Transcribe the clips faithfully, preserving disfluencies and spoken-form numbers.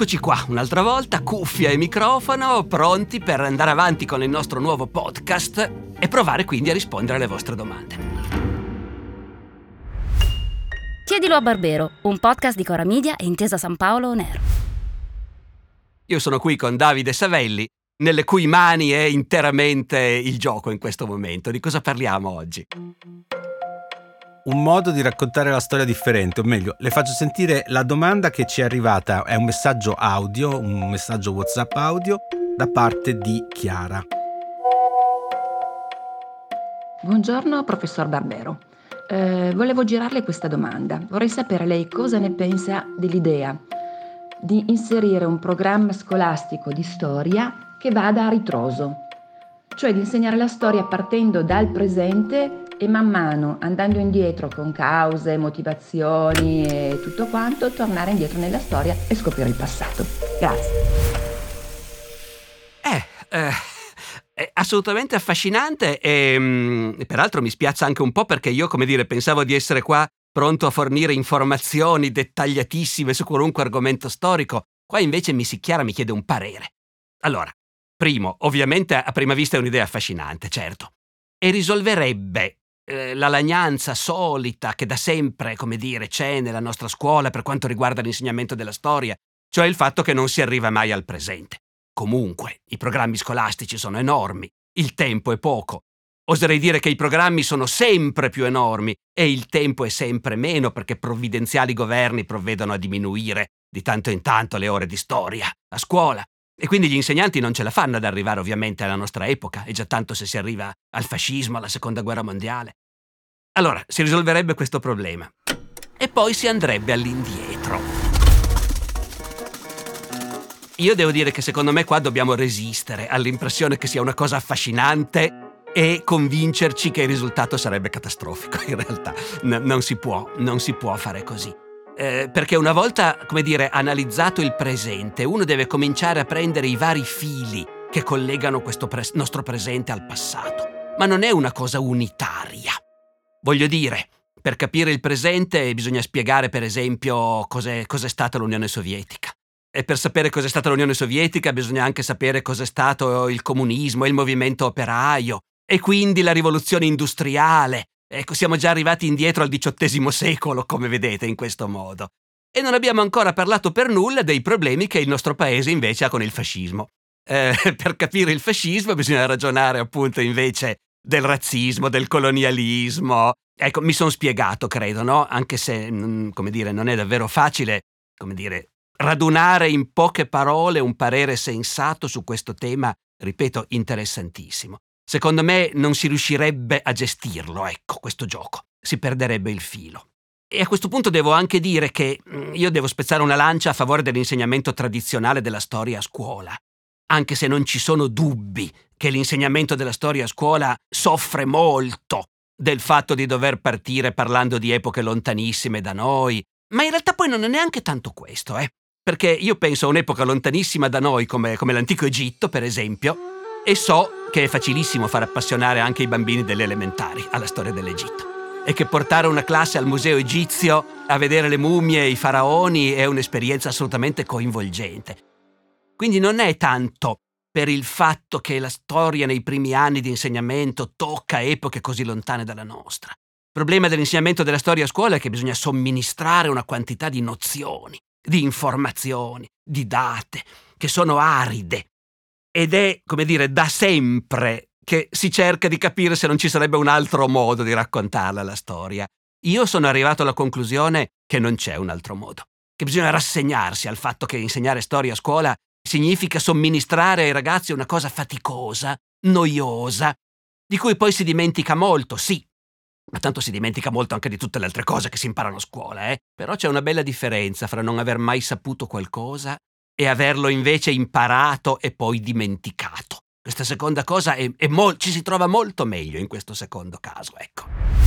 Eccoci qua, un'altra volta, cuffia e microfono, pronti per andare avanti con il nostro nuovo podcast e provare quindi a rispondere alle vostre domande. Chiedilo a Barbero, un podcast di Cora Media e Intesa San Paolo On Air. Io sono qui con Davide Savelli, nelle cui mani è interamente il gioco in questo momento. Di cosa parliamo oggi? Un modo di raccontare la storia differente, o meglio, le faccio sentire la domanda che ci è arrivata, è un messaggio audio, un messaggio WhatsApp audio da parte di Chiara. Buongiorno professor Barbero, eh, volevo girarle questa domanda. Vorrei sapere lei cosa ne pensa dell'idea di inserire un programma scolastico di storia che vada a ritroso, cioè di insegnare la storia partendo dal presente e man mano, andando indietro con cause, motivazioni e tutto quanto, tornare indietro nella storia e scoprire il passato. Grazie. Eh, eh è assolutamente affascinante e, mm, e peraltro mi spiazza anche un po' perché io, come dire, pensavo di essere qua pronto a fornire informazioni dettagliatissime su qualunque argomento storico. Qua invece mi si chiara, mi chiede un parere. Allora, primo, ovviamente a prima vista è un'idea affascinante, certo, e risolverebbe eh, la lagnanza solita che da sempre, come dire, c'è nella nostra scuola per quanto riguarda l'insegnamento della storia, cioè il fatto che non si arriva mai al presente. Comunque, i programmi scolastici sono enormi, il tempo è poco. Oserei dire che i programmi sono sempre più enormi e il tempo è sempre meno perché provvidenziali governi provvedono a diminuire di tanto in tanto le ore di storia a scuola. E quindi gli insegnanti non ce la fanno ad arrivare ovviamente alla nostra epoca, e già tanto se si arriva al fascismo, alla seconda guerra mondiale. Allora, si risolverebbe questo problema e poi si andrebbe all'indietro. Io devo dire che secondo me qua dobbiamo resistere all'impressione che sia una cosa affascinante e convincerci che il risultato sarebbe catastrofico. In realtà N- non si può, non si può fare così. Eh, perché una volta, come dire, analizzato il presente, uno deve cominciare a prendere i vari fili che collegano questo pre- nostro presente al passato. Ma non è una cosa unitaria. Voglio dire, per capire il presente bisogna spiegare, per esempio, cos'è, cos'è stata l'Unione Sovietica. E per sapere cos'è stata l'Unione Sovietica bisogna anche sapere cos'è stato il comunismo e il movimento operaio, e quindi la rivoluzione industriale. Ecco, siamo già arrivati indietro al diciottesimo secolo, come vedete, in questo modo. E non abbiamo ancora parlato per nulla dei problemi che il nostro paese invece ha con il fascismo. Eh, per capire il fascismo bisogna ragionare appunto invece del razzismo, del colonialismo. Ecco, mi sono spiegato, credo, no? Anche se, come dire, non è davvero facile, come dire, radunare in poche parole un parere sensato su questo tema, ripeto, interessantissimo. Secondo me non si riuscirebbe a gestirlo, ecco, questo gioco. Si perderebbe il filo. E a questo punto devo anche dire che io devo spezzare una lancia a favore dell'insegnamento tradizionale della storia a scuola, anche se non ci sono dubbi che l'insegnamento della storia a scuola soffre molto del fatto di dover partire parlando di epoche lontanissime da noi, ma in realtà poi non è neanche tanto questo, eh? Perché io penso a un'epoca lontanissima da noi come, come l'antico Egitto, per esempio, e so che è facilissimo far appassionare anche i bambini delle elementari alla storia dell'Egitto, e che portare una classe al museo egizio a vedere le mummie e i faraoni è un'esperienza assolutamente coinvolgente. Quindi non è tanto per il fatto che la storia nei primi anni di insegnamento tocca epoche così lontane dalla nostra. Il problema dell'insegnamento della storia a scuola è che bisogna somministrare una quantità di nozioni, di informazioni, di date, che sono aride. Ed è, come dire, da sempre che si cerca di capire se non ci sarebbe un altro modo di raccontarla la storia. Io sono arrivato alla conclusione che non c'è un altro modo, che bisogna rassegnarsi al fatto che insegnare storia a scuola significa somministrare ai ragazzi una cosa faticosa, noiosa, di cui poi si dimentica molto, sì, ma tanto si dimentica molto anche di tutte le altre cose che si imparano a scuola, eh? Però c'è una bella differenza fra non aver mai saputo qualcosa e averlo invece imparato e poi dimenticato. Questa seconda cosa è, è mol- ci si trova molto meglio in questo secondo caso, ecco.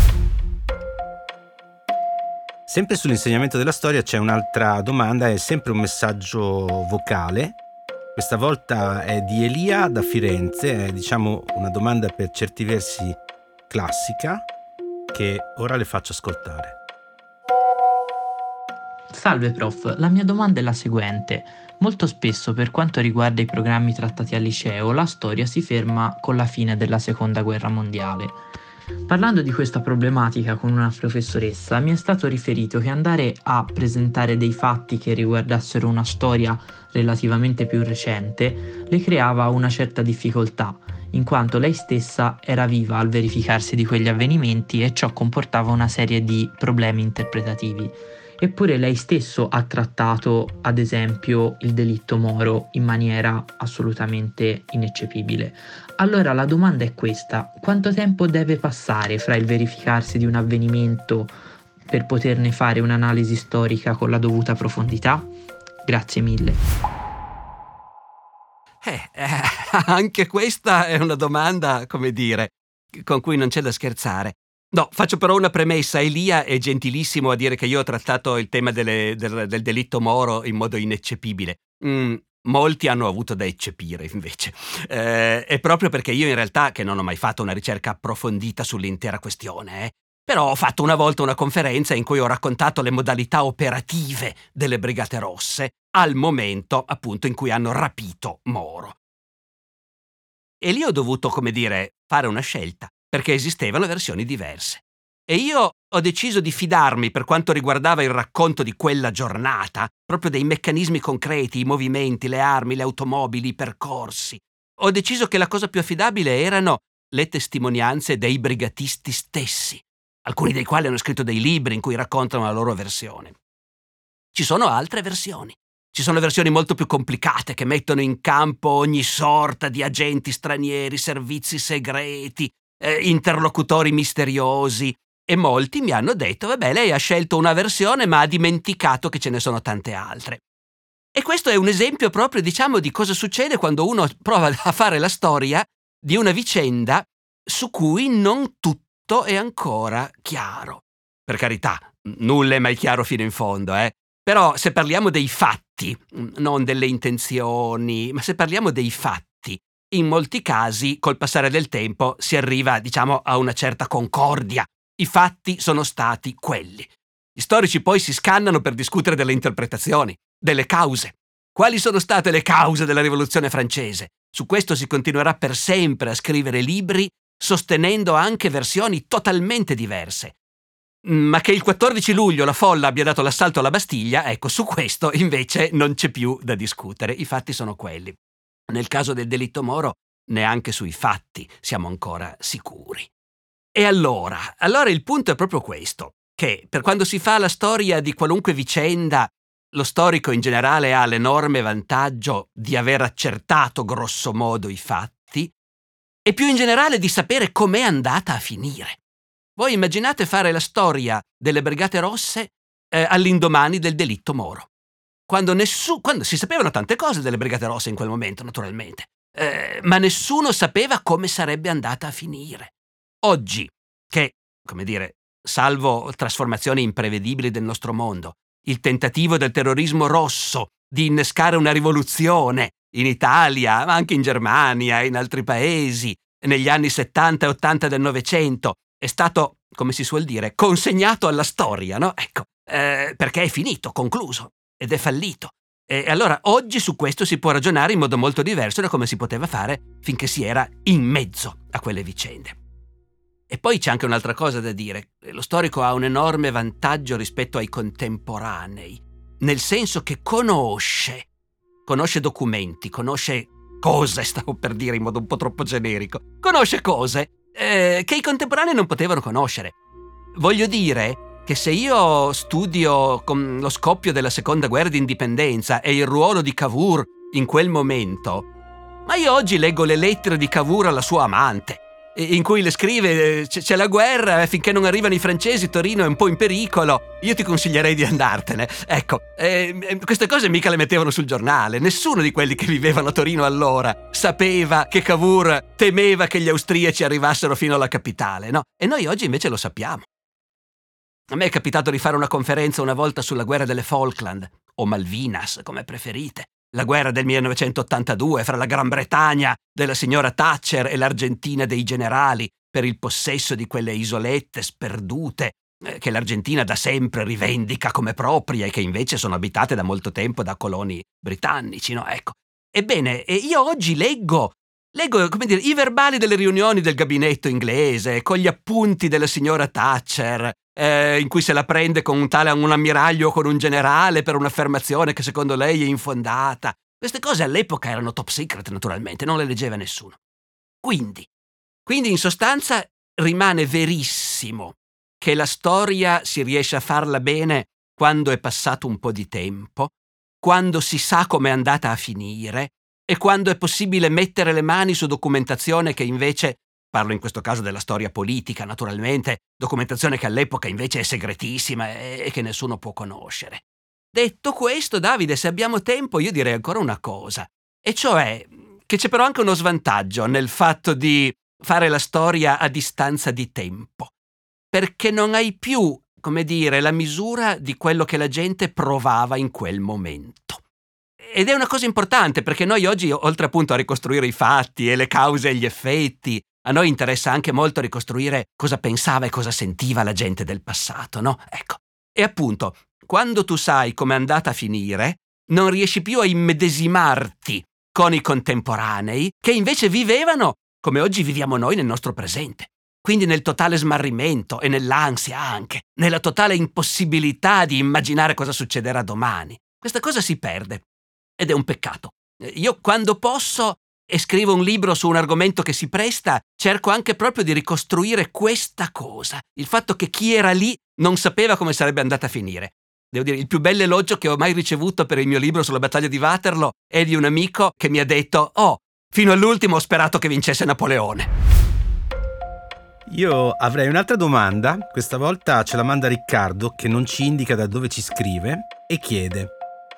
Sempre sull'insegnamento della storia c'è un'altra domanda, è sempre un messaggio vocale. Questa volta è di Elia da Firenze, è diciamo una domanda per certi versi classica, che ora le faccio ascoltare. Salve prof, la mia domanda è la seguente. Molto spesso, per quanto riguarda i programmi trattati al liceo, la storia si ferma con la fine della Seconda Guerra Mondiale. Parlando di questa problematica con una professoressa, mi è stato riferito che andare a presentare dei fatti che riguardassero una storia relativamente più recente le creava una certa difficoltà, in quanto lei stessa era viva al verificarsi di quegli avvenimenti e ciò comportava una serie di problemi interpretativi. Eppure lei stesso ha trattato, ad esempio, il delitto Moro in maniera assolutamente ineccepibile. Allora la domanda è questa: quanto tempo deve passare fra il verificarsi di un avvenimento per poterne fare un'analisi storica con la dovuta profondità? Grazie mille. Eh, eh, anche questa è una domanda, come dire, con cui non c'è da scherzare. No, faccio però una premessa. Elia è gentilissimo a dire che io ho trattato il tema delle, del, del delitto Moro in modo ineccepibile. Mm, molti hanno avuto da eccepire, invece. Eh, è proprio perché io in realtà, che non ho mai fatto una ricerca approfondita sull'intera questione, eh, però ho fatto una volta una conferenza in cui ho raccontato le modalità operative delle Brigate Rosse al momento, appunto, in cui hanno rapito Moro. E lì ho dovuto, come dire, fare una scelta, perché esistevano versioni diverse. E io ho deciso di fidarmi, per quanto riguardava il racconto di quella giornata, proprio dei meccanismi concreti, i movimenti, le armi, le automobili, i percorsi. Ho deciso che la cosa più affidabile erano le testimonianze dei brigatisti stessi, alcuni dei quali hanno scritto dei libri in cui raccontano la loro versione. Ci sono altre versioni. Ci sono versioni molto più complicate che mettono in campo ogni sorta di agenti stranieri, servizi segreti, eh, interlocutori misteriosi, e molti mi hanno detto: vabbè, lei ha scelto una versione ma ha dimenticato che ce ne sono tante altre. E questo è un esempio proprio, diciamo, di cosa succede quando uno prova a fare la storia di una vicenda su cui non tutto è ancora chiaro. Per carità, nulla è mai chiaro fino in fondo, eh? Però se parliamo dei fatti, non delle intenzioni, ma se parliamo dei fatti, in molti casi, col passare del tempo, si arriva, diciamo, a una certa concordia. I fatti sono stati quelli. Gli storici poi si scannano per discutere delle interpretazioni, delle cause. Quali sono state le cause della Rivoluzione francese? Su questo si continuerà per sempre a scrivere libri, sostenendo anche versioni totalmente diverse. Ma che il quattordici luglio la folla abbia dato l'assalto alla Bastiglia, ecco, su questo invece non c'è più da discutere. I fatti sono quelli. Nel caso del delitto Moro, neanche sui fatti siamo ancora sicuri. E allora, allora il punto è proprio questo, che per quando si fa la storia di qualunque vicenda, lo storico in generale ha l'enorme vantaggio di aver accertato grosso modo i fatti e più in generale di sapere com'è andata a finire. Voi immaginate fare la storia delle Brigate Rosse eh, all'indomani del delitto Moro, quando, nessu- quando si sapevano tante cose delle Brigate Rosse in quel momento, naturalmente, eh, ma nessuno sapeva come sarebbe andata a finire. Oggi, che, come dire, salvo trasformazioni imprevedibili del nostro mondo, il tentativo del terrorismo rosso di innescare una rivoluzione in Italia, ma anche in Germania e in altri paesi, negli anni settanta e ottanta del Novecento, è stato, come si suol dire, consegnato alla storia, no? Ecco, eh, perché è finito, concluso, ed è fallito. E allora oggi su questo si può ragionare in modo molto diverso da come si poteva fare finché si era in mezzo a quelle vicende. E poi c'è anche un'altra cosa da dire. Lo storico ha un enorme vantaggio rispetto ai contemporanei, nel senso che conosce, conosce documenti, conosce cose, stavo per dire in modo un po' troppo generico, conosce cose eh, che i contemporanei non potevano conoscere. Voglio dire che se io studio con lo scoppio della seconda guerra d'indipendenza e il ruolo di Cavour in quel momento, ma io oggi leggo le lettere di Cavour alla sua amante, in cui le scrive: c'è la guerra, finché non arrivano i francesi Torino è un po' in pericolo, io ti consiglierei di andartene. Ecco, eh, queste cose mica le mettevano sul giornale. Nessuno di quelli che vivevano a Torino allora sapeva che Cavour temeva che gli austriaci arrivassero fino alla capitale, no? E noi oggi invece lo sappiamo. A me è capitato di fare una conferenza una volta sulla guerra delle Falkland, o Malvinas, come preferite. La guerra del millenovecentottantadue fra la Gran Bretagna della signora Thatcher e l'Argentina dei generali per il possesso di quelle isolette sperdute eh, che l'Argentina da sempre rivendica come proprie e che invece sono abitate da molto tempo da coloni britannici, no? Ecco. Ebbene, io oggi leggo, leggo, come dire, i verbali delle riunioni del gabinetto inglese, con gli appunti della signora Thatcher, eh, in cui se la prende con un tale un ammiraglio o con un generale per un'affermazione che secondo lei è infondata. Queste cose all'epoca erano top secret, naturalmente, non le leggeva nessuno. Quindi, quindi in sostanza rimane verissimo che la storia si riesce a farla bene quando è passato un po' di tempo, quando si sa come è andata a finire e quando è possibile mettere le mani su documentazione che invece, parlo in questo caso della storia politica naturalmente, documentazione che all'epoca invece è segretissima e che nessuno può conoscere. Detto questo, Davide, se abbiamo tempo io direi ancora una cosa, e cioè che c'è però anche uno svantaggio nel fatto di fare la storia a distanza di tempo, perché non hai più, come dire, la misura di quello che la gente provava in quel momento. Ed è una cosa importante, perché noi oggi, oltre appunto a ricostruire i fatti e le cause e gli effetti, a noi interessa anche molto ricostruire cosa pensava e cosa sentiva la gente del passato, no? Ecco. E appunto, quando tu sai com'è andata a finire, non riesci più a immedesimarti con i contemporanei, che invece vivevano come oggi viviamo noi nel nostro presente. Quindi nel totale smarrimento e nell'ansia anche, nella totale impossibilità di immaginare cosa succederà domani. Questa cosa si perde ed è un peccato. Io quando posso e scrivo un libro su un argomento che si presta, cerco anche proprio di ricostruire questa cosa, il fatto che chi era lì non sapeva come sarebbe andata a finire. Devo dire, il più bel elogio che ho mai ricevuto per il mio libro sulla battaglia di Waterloo è di un amico che mi ha detto: «Oh, fino all'ultimo ho sperato che vincesse Napoleone». Io avrei un'altra domanda, questa volta ce la manda Riccardo, che non ci indica da dove ci scrive, e chiede: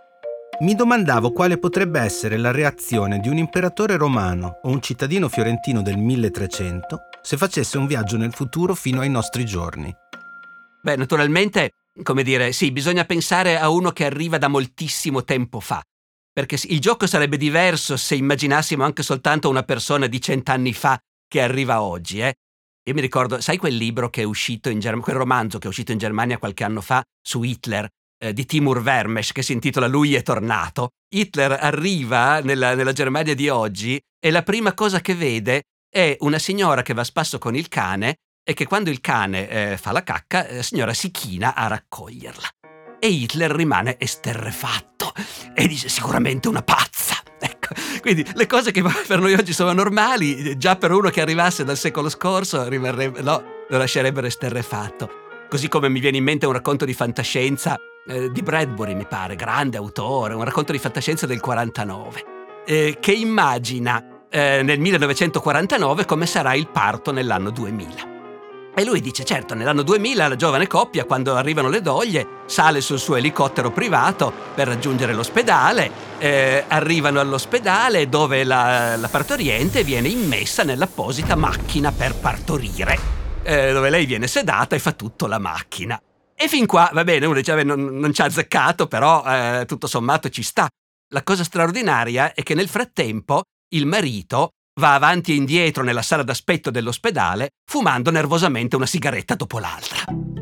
mi domandavo quale potrebbe essere la reazione di un imperatore romano o un cittadino fiorentino del milletrecento se facesse un viaggio nel futuro fino ai nostri giorni. Beh, naturalmente, come dire, sì, bisogna pensare a uno che arriva da moltissimo tempo fa, perché il gioco sarebbe diverso se immaginassimo anche soltanto una persona di cent'anni fa che arriva oggi, eh. Io mi ricordo, sai quel libro che è uscito in Germania, quel romanzo che è uscito in Germania qualche anno fa su Hitler, eh, di Timur Vermes, che si intitola Lui è tornato? Hitler arriva nella, nella Germania di oggi e la prima cosa che vede è una signora che va a spasso con il cane e che quando il cane eh, fa la cacca, la signora si china a raccoglierla. E Hitler rimane esterrefatto e dice: sicuramente una pazza. Ecco, quindi le cose che per noi oggi sono normali, già per uno che arrivasse dal secolo scorso rimarrebbe, no, lo lascerebbero esterrefatto. Così come mi viene in mente un racconto di fantascienza eh, di Bradbury, mi pare, grande autore, un racconto di fantascienza del quarantanove, eh, che immagina eh, nel millenovecentoquarantanove come sarà il parto nell'anno duemila. E lui dice: certo, nell'anno duemila la giovane coppia, quando arrivano le doglie, sale sul suo elicottero privato per raggiungere l'ospedale, eh, arrivano all'ospedale dove la, la partoriente viene immessa nell'apposita macchina per partorire, eh, dove lei viene sedata e fa tutto la macchina. E fin qua, va bene, uno dice: non, non ci ha azzeccato, però eh, tutto sommato ci sta. La cosa straordinaria è che nel frattempo il marito va avanti e indietro nella sala d'aspetto dell'ospedale fumando nervosamente una sigaretta dopo l'altra.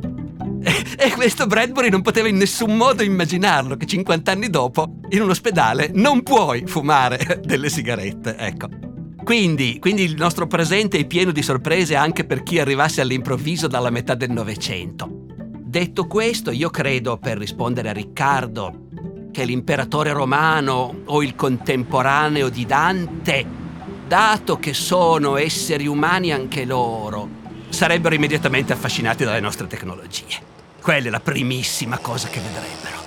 E, e questo Bradbury non poteva in nessun modo immaginarlo, che cinquanta anni dopo in un ospedale non puoi fumare delle sigarette, ecco. Quindi, quindi il nostro presente è pieno di sorprese anche per chi arrivasse all'improvviso dalla metà del Novecento. Detto questo, io credo, per rispondere a Riccardo, che l'imperatore romano o il contemporaneo di Dante, dato che sono esseri umani anche loro, sarebbero immediatamente affascinati dalle nostre tecnologie. Quella è la primissima cosa che vedrebbero.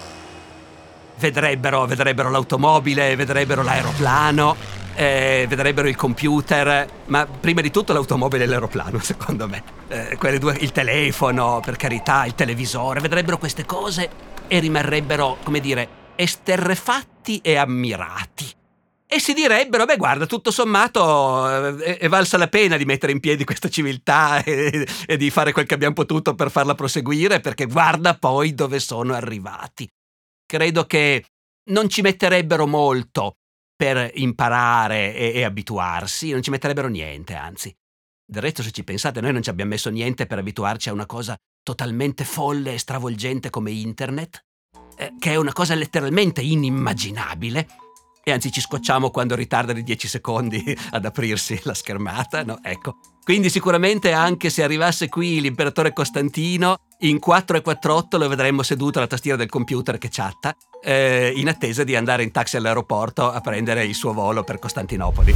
Vedrebbero, vedrebbero l'automobile, vedrebbero l'aeroplano, eh, vedrebbero il computer, ma prima di tutto l'automobile e l'aeroplano, secondo me. Eh, quelle due, il telefono, per carità, il televisore, vedrebbero queste cose e rimarrebbero, come dire, esterrefatti e ammirati. E si direbbero: beh, guarda, tutto sommato è, è valsa la pena di mettere in piedi questa civiltà e, e di fare quel che abbiamo potuto per farla proseguire, perché guarda poi dove sono arrivati. Credo che non ci metterebbero molto per imparare e, e abituarsi, non ci metterebbero niente, anzi. Del resto, se ci pensate, noi non ci abbiamo messo niente per abituarci a una cosa totalmente folle e stravolgente come internet, eh, che è una cosa letteralmente inimmaginabile, e anzi ci scocciamo quando ritarda di dieci secondi ad aprirsi la schermata, no? Ecco. Quindi sicuramente, anche se arrivasse qui l'imperatore Costantino, in quattro e quarantotto lo vedremmo seduto alla tastiera del computer che chatta, eh, in attesa di andare in taxi all'aeroporto a prendere il suo volo per Costantinopoli.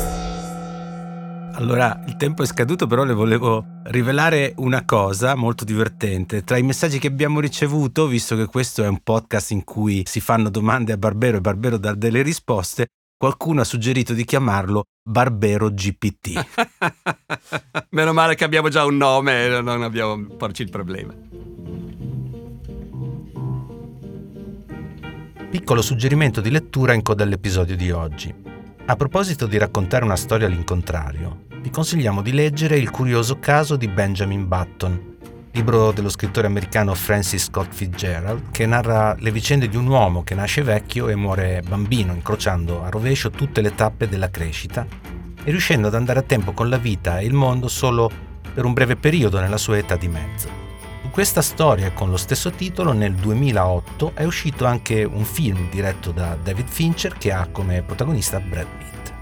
Allora, il tempo è scaduto, però le volevo rivelare una cosa molto divertente. Tra i messaggi che abbiamo ricevuto, visto che questo è un podcast in cui si fanno domande a Barbero e Barbero dà delle risposte, qualcuno ha suggerito di chiamarlo Barbero G P T. Meno male che abbiamo già un nome e non abbiamo porci il problema. Piccolo suggerimento di lettura in coda all'episodio di oggi. A proposito di raccontare una storia all'incontrario, vi consigliamo di leggere Il curioso caso di Benjamin Button, libro dello scrittore americano Francis Scott Fitzgerald, che narra le vicende di un uomo che nasce vecchio e muore bambino, incrociando a rovescio tutte le tappe della crescita e riuscendo ad andare a tempo con la vita e il mondo solo per un breve periodo nella sua età di mezzo. Su questa storia, con lo stesso titolo, nel duemilaotto è uscito anche un film diretto da David Fincher che ha come protagonista Brad Pitt.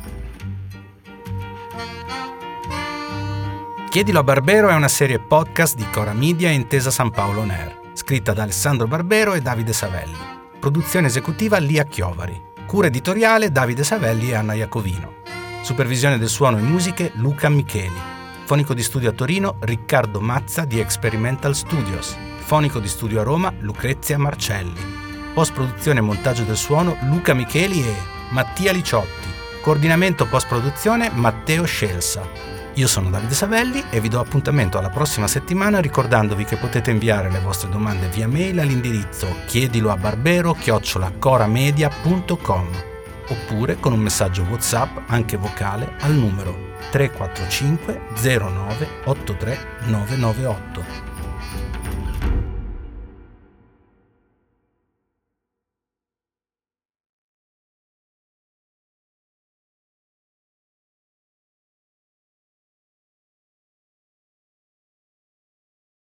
Chiedilo a Barbero è una serie podcast di Cora Media e Intesa San Paolo On Air, scritta da Alessandro Barbero e Davide Savelli. Produzione esecutiva Lia Chiovari. Cura editoriale Davide Savelli e Anna Iacovino. Supervisione del suono e musiche Luca Micheli. Fonico di studio a Torino Riccardo Mazza di Experimental Studios. Fonico di studio a Roma Lucrezia Marcelli. Post-produzione e montaggio del suono Luca Micheli e Mattia Liciotti. Coordinamento post-produzione Matteo Scelsa. Io sono Davide Savelli e vi do appuntamento alla prossima settimana, ricordandovi che potete inviare le vostre domande via mail all'indirizzo chiedilo a barbero chiocciola coramedia punto com oppure con un messaggio WhatsApp, anche vocale, al numero tre quattro cinque zero nove otto tre nove nove otto.